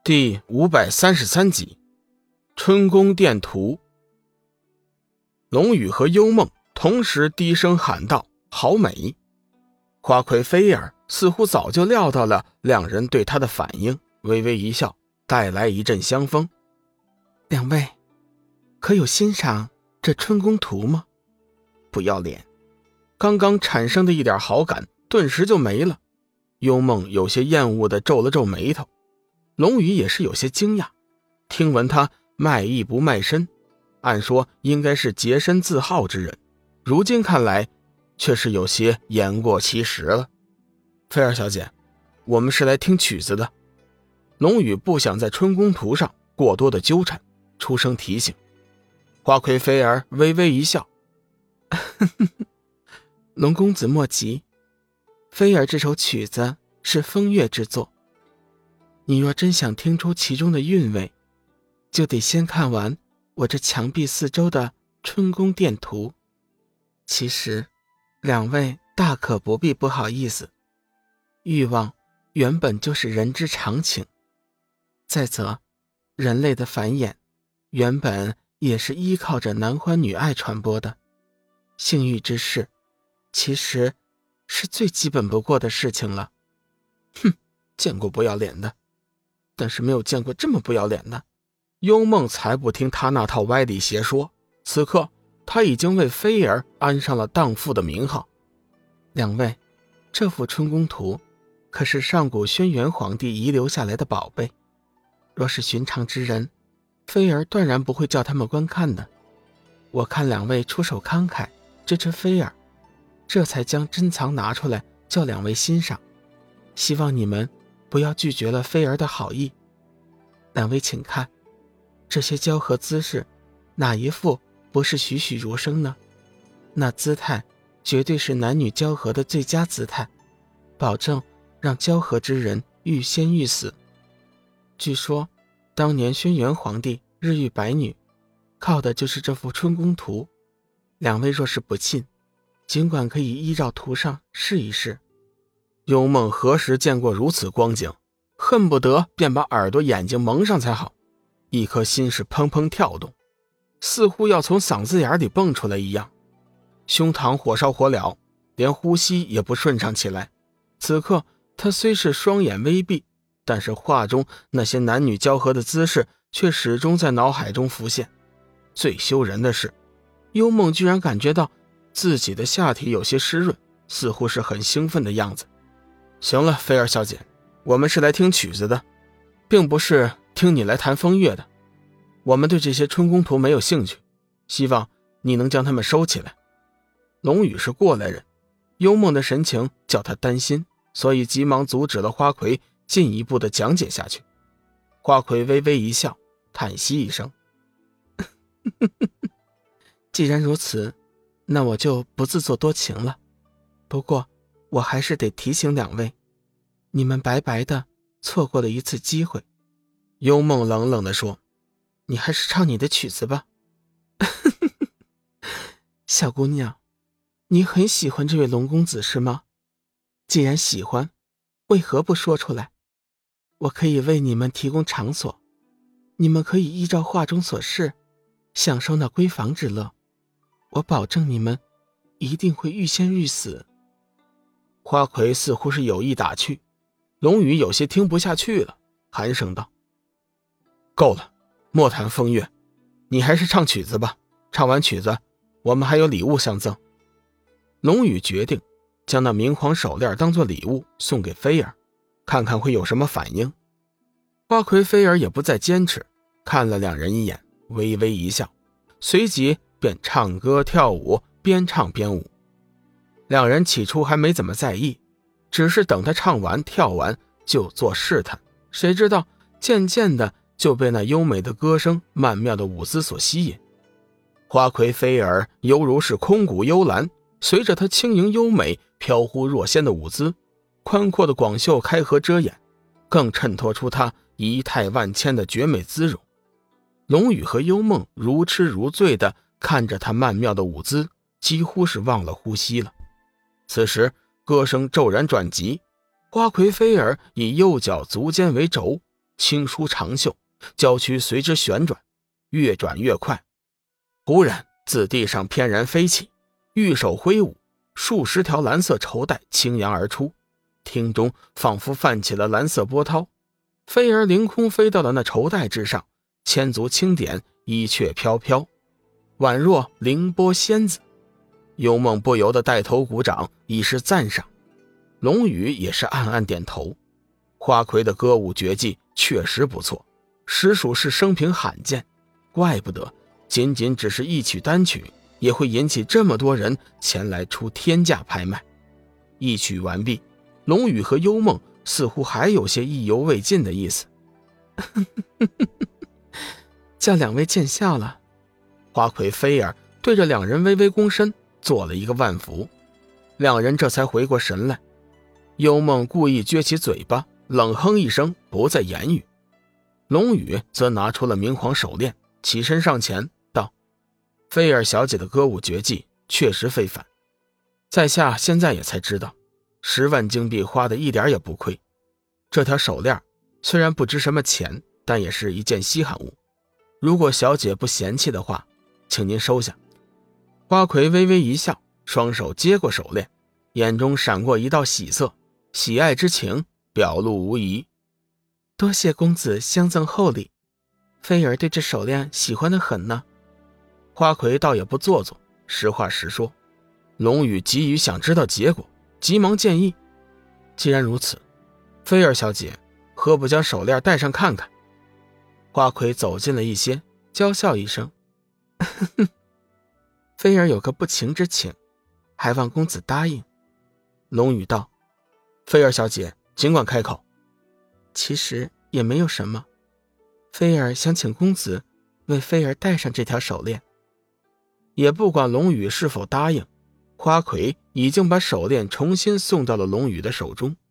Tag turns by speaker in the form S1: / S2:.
S1: 第533集春宫殿图。龙宇和幽梦同时低声喊道：好美。花魁菲儿似乎早就料到了两人对他的反应，微微一笑，带来一阵香风。
S2: 两位可有欣赏这春宫图吗？
S1: 不要脸，刚刚产生的一点好感顿时就没了。幽梦有些厌恶地皱了皱眉头，龙宇也是有些惊讶，听闻他卖艺不卖身，按说应该是洁身自好之人，如今看来却是有些言过其实了。菲儿小姐，我们是来听曲子的。龙宇不想在春宫图上过多的纠缠，出声提醒。花魁菲儿微微一笑，
S2: 龙公子莫急，菲儿这首曲子是风月之作，你若真想听出其中的韵味，就得先看完我这墙壁四周的春宫殿图。其实两位大可不必不好意思，欲望原本就是人之常情，再则人类的繁衍原本也是依靠着男欢女爱传播的，性欲之事其实是最基本不过的事情了。
S1: 哼，见过不要脸的，但是没有见过这么不要脸的。幽梦才不听他那套歪理邪说，此刻他已经为菲儿安上了荡妇的名号。
S2: 两位，这幅春宫图可是上古轩辕皇帝遗留下来的宝贝，若是寻常之人，菲儿断然不会叫他们观看的。我看两位出手慷慨，支持菲儿，这才将珍藏拿出来叫两位欣赏，希望你们不要拒绝了菲儿的好意。两位请看，这些交合姿势哪一幅不是栩栩如生呢？那姿态绝对是男女交合的最佳姿态，保证让交合之人欲仙欲死。据说当年轩辕皇帝日遇百女，靠的就是这幅春宫图。两位若是不信，尽管可以依照图上试一试。
S1: 幽梦何时见过如此光景，恨不得便把耳朵眼睛蒙上才好，一颗心是砰砰跳动，似乎要从嗓子眼里蹦出来一样，胸膛火烧火燎，连呼吸也不顺畅起来。此刻他虽是双眼微闭，但是画中那些男女交合的姿势却始终在脑海中浮现。最羞人的是，幽梦居然感觉到自己的下体有些湿润，似乎是很兴奋的样子。行了，菲儿小姐，我们是来听曲子的，并不是听你来谈风月的。我们对这些春宫图没有兴趣，希望你能将它们收起来。龙宇是过来人，幽梦的神情叫他担心，所以急忙阻止了花魁进一步的讲解下去。花魁微微一笑，叹息一声，
S2: 既然如此，那我就不自作多情了。不过我还是得提醒两位，你们白白的错过了一次机会。
S1: 幽梦冷冷地说，
S2: 你还是唱你的曲子吧。小姑娘，你很喜欢这位龙公子是吗？既然喜欢，为何不说出来？我可以为你们提供场所，你们可以依照画中所示，享受那闺房之乐。我保证你们一定会欲仙欲死。
S1: 花魁似乎是有意打趣，龙宇有些听不下去了，寒声道，够了，莫谈风月，你还是唱曲子吧，唱完曲子我们还有礼物相赠。龙宇决定将那明黄手链当作礼物送给菲儿，看看会有什么反应。花魁菲儿也不再坚持，看了两人一眼，微微一笑，随即便唱歌跳舞，边唱边舞。两人起初还没怎么在意，只是等他唱完跳完就做试探，谁知道渐渐的就被那优美的歌声曼妙的舞姿所吸引。花魁菲儿犹如是空谷幽兰，随着她轻盈优美飘忽若仙的舞姿，宽阔的广袖开合遮掩，更衬托出她仪态万千的绝美姿容。龙宇和幽梦如痴如醉地看着她曼妙的舞姿，几乎是忘了呼吸了。此时歌声骤然转急，花魁菲儿以右脚足尖为轴， 轻舒长袖，娇躯随之旋转，越转越快。忽然自地上翩然飞起，玉手挥舞，数十条蓝色绸带倾扬而出，厅中仿佛泛起了蓝色波涛。飞儿凌空飞到了那绸带之上，千足轻点，衣雀飘飘，宛若凌波仙子。幽梦不由得带头鼓掌，以示赞赏。龙宇也是暗暗点头。花魁的歌舞绝技确实不错，实属是生平罕见，怪不得仅仅只是一曲单曲，也会引起这么多人前来出天价拍卖。一曲完毕，龙宇和幽梦似乎还有些意犹未尽的意思。
S2: 叫两位见笑了。
S1: 花魁菲儿对着两人微微躬身，做了一个万福，两人这才回过神来。幽梦故意撅起嘴巴，冷哼一声，不再言语。龙宇则拿出了明黄手链，起身上前道：菲儿小姐的歌舞绝技确实非凡，在下现在也才知道，10万金币花的一点也不亏。这条手链虽然不值什么钱，但也是一件稀罕物，如果小姐不嫌弃的话，请您收下。花魁微微一笑，双手接过手链，眼中闪过一道喜色，喜爱之情表露无遗。
S2: 多谢公子相赠厚礼，菲儿对这手链喜欢得很呢。
S1: 花魁倒也不做作，实话实说。龙宇急于想知道结果，急忙建议：既然如此，菲儿小姐何不将手链戴上看看？花魁走近了一些，娇笑一声：
S2: 菲儿有个不情之请，还望公子答应。
S1: 龙宇道：菲儿小姐尽管开口。
S2: 其实也没有什么，菲儿想请公子为菲儿戴上这条手链。
S1: 也不管龙宇是否答应，花魁已经把手链重新送到了龙宇的手中。